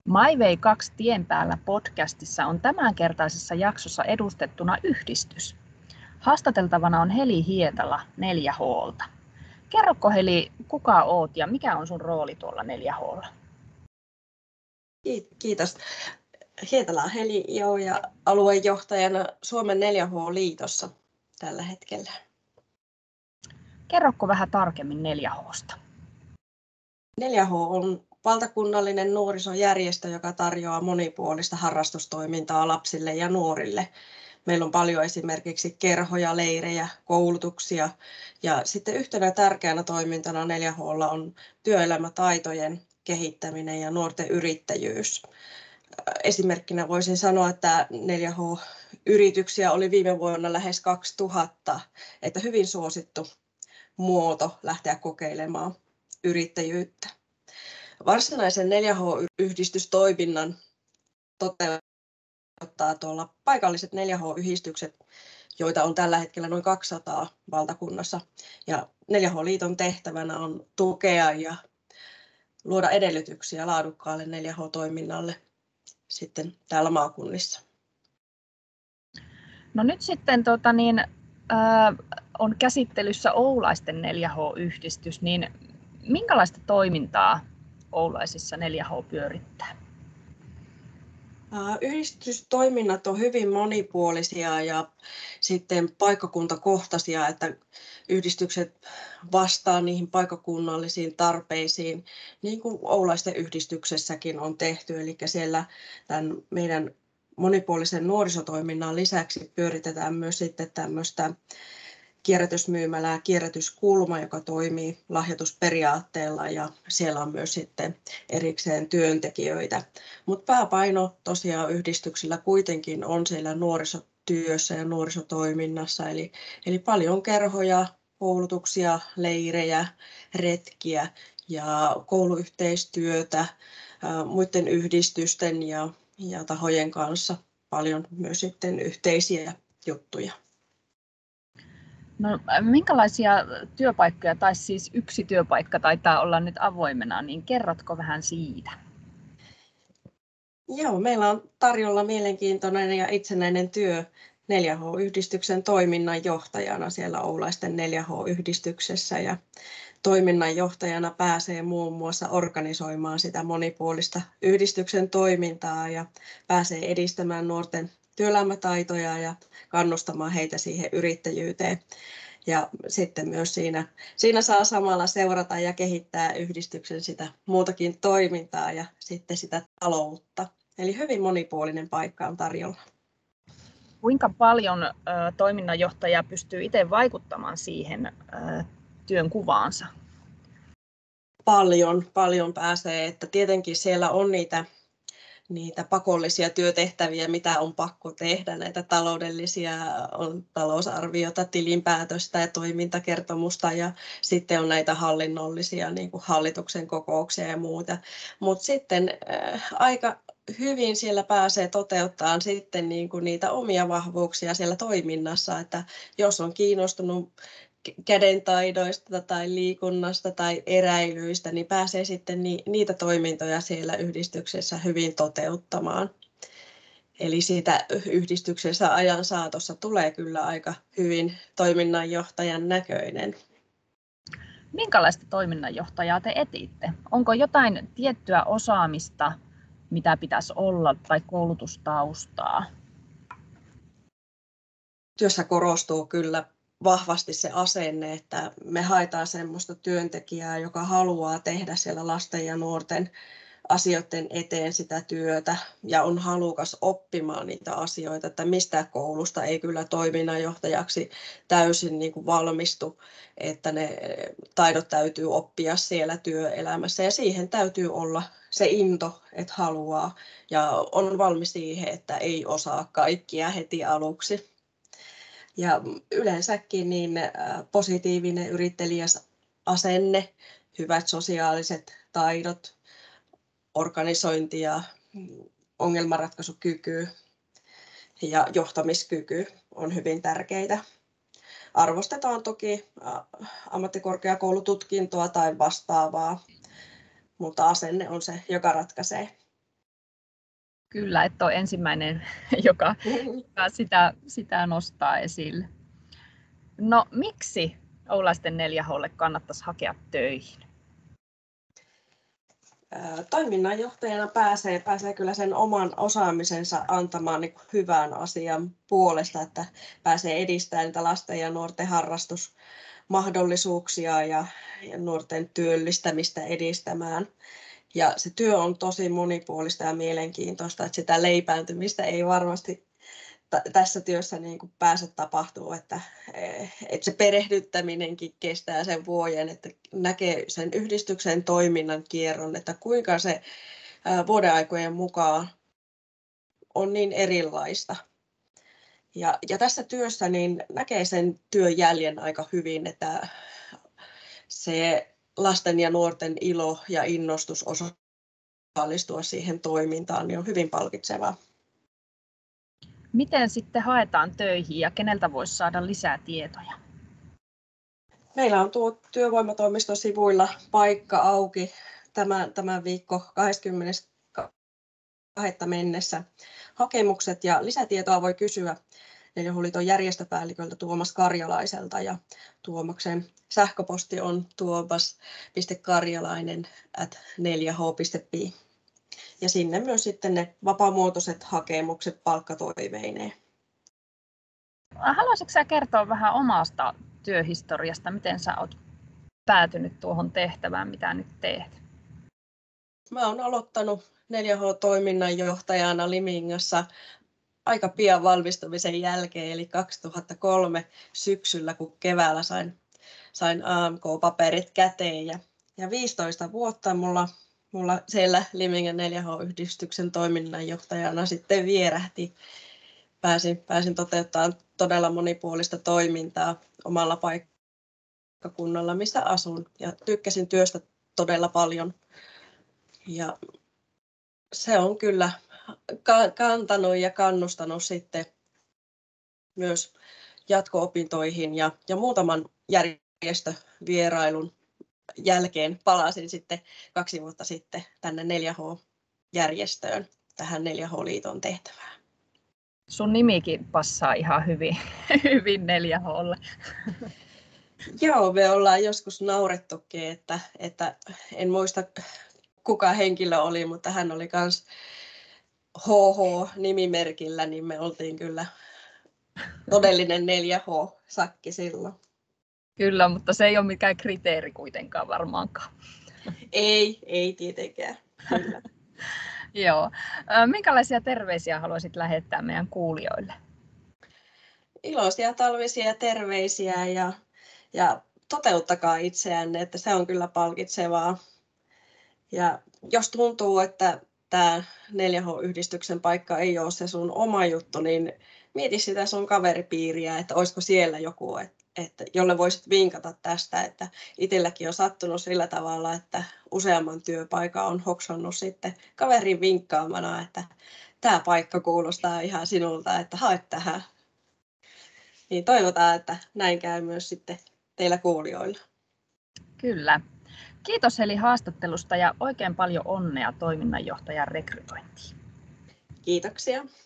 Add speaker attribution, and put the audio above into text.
Speaker 1: MyWay 2 tien päällä podcastissa on tämänkertaisessa jaksossa edustettuna yhdistys. Haastateltavana on Heli Hietala 4H:lta. Kerrotko Heli, kuka oot ja mikä on sun rooli tuolla 4H:lla?
Speaker 2: Kiitos. Hietala on Heli ja aluejohtajana Suomen 4H-liitossa tällä hetkellä.
Speaker 1: Kerrotko vähän tarkemmin 4H:sta?
Speaker 2: 4H on valtakunnallinen nuorisojärjestö, joka tarjoaa monipuolista harrastustoimintaa lapsille ja nuorille. Meillä on paljon esimerkiksi kerhoja, leirejä, koulutuksia ja sitten yhtenä tärkeänä toimintana 4H:lla on työelämätaitojen kehittäminen ja nuorten yrittäjyys. Esimerkkinä voisin sanoa, että 4H-yrityksiä oli viime vuonna lähes 2000, että hyvin suosittu muoto lähteä kokeilemaan yrittäjyyttä. Varsinaisen 4H-yhdistystoiminnan toteuttaa tuolla paikalliset 4H-yhdistykset, joita on tällä hetkellä noin 200 valtakunnassa. Ja 4H-liiton tehtävänä on tukea ja luoda edellytyksiä laadukkaalle 4H-toiminnalle sitten täällä maakunnissa.
Speaker 1: No nyt sitten on käsittelyssä Oulaisten 4H-yhdistys, niin minkälaista toimintaa Oulaisissa 4H pyörittää?
Speaker 2: Yhdistystoiminnat on hyvin monipuolisia ja sitten paikkakuntakohtaisia, että yhdistykset vastaa niihin paikkakunnallisiin tarpeisiin, niin kuin Oulaisten yhdistyksessäkin on tehty. Eli siellä tämän meidän monipuolisen nuorisotoiminnan lisäksi pyöritetään myös sitten tämmöistä kierrätysmyymälää, kierrätyskulma, joka toimii lahjoitusperiaatteella ja siellä on myös sitten erikseen työntekijöitä. Mutta pääpaino tosiaan yhdistyksillä kuitenkin on siellä nuorisotyössä ja nuorisotoiminnassa, eli paljon kerhoja, koulutuksia, leirejä, retkiä ja kouluyhteistyötä muiden yhdistysten ja tahojen kanssa, paljon myös sitten yhteisiä juttuja.
Speaker 1: No, minkälaisia työpaikkoja, tai siis yksi työpaikka taitaa olla nyt avoimena, niin kerrotko vähän siitä?
Speaker 2: Joo, meillä on tarjolla mielenkiintoinen ja itsenäinen työ 4H-yhdistyksen toiminnanjohtajana siellä Oulaisten 4H-yhdistyksessä. Ja toiminnanjohtajana pääsee muun muassa organisoimaan sitä monipuolista yhdistyksen toimintaa ja pääsee edistämään nuorten työelämätaitoja ja kannustamaan heitä siihen yrittäjyyteen. Ja sitten myös siinä saa samalla seurata ja kehittää yhdistyksen sitä muutakin toimintaa ja sitten sitä taloutta. Eli hyvin monipuolinen paikka on tarjolla.
Speaker 1: Kuinka paljon toiminnanjohtaja pystyy itse vaikuttamaan siihen työn kuvaansa?
Speaker 2: Paljon pääsee, että tietenkin siellä on niitä pakollisia työtehtäviä, mitä on pakko tehdä, näitä taloudellisia, on talousarviota, tilinpäätöstä ja toimintakertomusta ja sitten on näitä hallinnollisia niin kuin hallituksen kokouksia ja muuta. Mutta sitten aika hyvin siellä pääsee toteuttamaan sitten niin kuin niitä omia vahvuuksia siellä toiminnassa, että jos on kiinnostunut kädentaidoista tai liikunnasta tai eräilyistä, niin pääsee sitten niitä toimintoja siellä yhdistyksessä hyvin toteuttamaan. Eli siitä yhdistyksessä ajan saatossa tulee kyllä aika hyvin toiminnanjohtajan näköinen.
Speaker 1: Minkälaista toiminnanjohtajaa te etitte? Onko jotain tiettyä osaamista, mitä pitäisi olla, tai koulutustaustaa?
Speaker 2: Työssä korostuu kyllä vahvasti se asenne, että me haetaan semmoista työntekijää, joka haluaa tehdä siellä lasten ja nuorten asioiden eteen sitä työtä ja on halukas oppimaan niitä asioita, että mistä koulusta ei kyllä toiminnanjohtajaksi täysin niin kuin valmistu, että ne taidot täytyy oppia siellä työelämässä ja siihen täytyy olla se into, että haluaa ja on valmis siihen, että ei osaa kaikkia heti aluksi. Ja yleensäkin niin positiivinen yrittelijäs asenne, hyvät sosiaaliset taidot, organisointi ja ongelmanratkaisukyky ja johtamiskyky on hyvin tärkeitä. Arvostetaan toki ammattikorkeakoulututkintoa tai vastaavaa, mutta asenne on se, joka ratkaisee.
Speaker 1: Kyllä, et ole ensimmäinen, joka sitä nostaa esille. No miksi Oulaisten 4H:lle kannattaisi hakea töihin?
Speaker 2: Toiminnanjohtajana pääsee kyllä sen oman osaamisensa antamaan niin kuin hyvän asian puolesta, että pääsee edistämään niitä lasten ja nuorten harrastusmahdollisuuksia ja nuorten työllistämistä edistämään. Ja se työ on tosi monipuolista ja mielenkiintoista, että sitä leipääntymistä ei varmasti tässä työssä niin kuin pääse tapahtuu, että se perehdyttäminenkin kestää sen vuoden, että näkee sen yhdistyksen toiminnan kierron, että kuinka se vuodenaikojen mukaan on niin erilaista. Ja tässä työssä niin näkee sen työn jäljen aika hyvin, että se lasten ja nuorten ilo ja innostus osallistua siihen toimintaan niin on hyvin palkitsevaa.
Speaker 1: Miten sitten haetaan töihin ja keneltä voisi saada lisää tietoja?
Speaker 2: Meillä on tuo työvoimatoimiston sivuilla paikka auki tämän viikko 20. mennessä. Hakemukset ja lisätietoa voi kysyä 4H-liiton järjestöpäälliköltä Tuomas Karjalaiselta, ja Tuomaksen sähköposti on tuomas.karjalainen@4h.fi. Ja sinne myös sitten ne vapaamuotoiset hakemukset palkkatoiveineen.
Speaker 1: Haluaisitko sä kertoa vähän omasta työhistoriasta, miten sä oot päätynyt tuohon tehtävään, mitä nyt teet?
Speaker 2: Mä oon aloittanut 4H-toiminnanjohtajana Limingassa aika pian valmistumisen jälkeen, eli 2003 syksyllä, kun keväällä sain AMK-paperit käteen. Ja 15 vuotta mulla siellä Limingen 4H-yhdistyksen toiminnanjohtajana sitten vierähti. Pääsin toteuttamaan todella monipuolista toimintaa omalla paikkakunnalla, missä asun. Ja tykkäsin työstä todella paljon. Ja se on kyllä kantanut ja kannustanut sitten myös jatko-opintoihin ja muutaman järjestövierailun jälkeen palasin sitten 2 vuotta sitten tänne 4H-järjestöön, tähän 4H-liiton tehtävään.
Speaker 1: Sun nimikin passaa ihan hyvin 4H:lle.
Speaker 2: Joo, me ollaan joskus naurettukin, että en muista kuka henkilö oli, mutta hän oli myös HH-nimimerkillä, niin me oltiin kyllä todellinen 4H-sakki silloin.
Speaker 1: Kyllä, mutta se ei ole mikään kriteeri kuitenkaan varmaankaan.
Speaker 2: Ei tietenkään, kyllä.
Speaker 1: Joo. Minkälaisia terveisiä haluaisit lähettää meidän kuulijoille?
Speaker 2: Iloisia talvisia terveisiä ja toteuttakaa itseänne, että se on kyllä palkitsevaa. Ja jos tuntuu, että tämä 4H-yhdistyksen paikka ei ole se sun oma juttu, niin mieti sitä sun kaveripiiriä, että olisiko siellä joku, jolle voisit vinkata tästä. Että itselläkin on sattunut sillä tavalla, että useamman työpaikan on hoksannut sitten kaverin vinkkaamana, että tämä paikka kuulostaa ihan sinulta, että hae tähän. Niin toivotaan, että näin käy myös sitten teillä kuulijoilla.
Speaker 1: Kyllä. Kiitos Heli haastattelusta ja oikein paljon onnea toiminnanjohtajan rekrytointiin.
Speaker 2: Kiitoksia.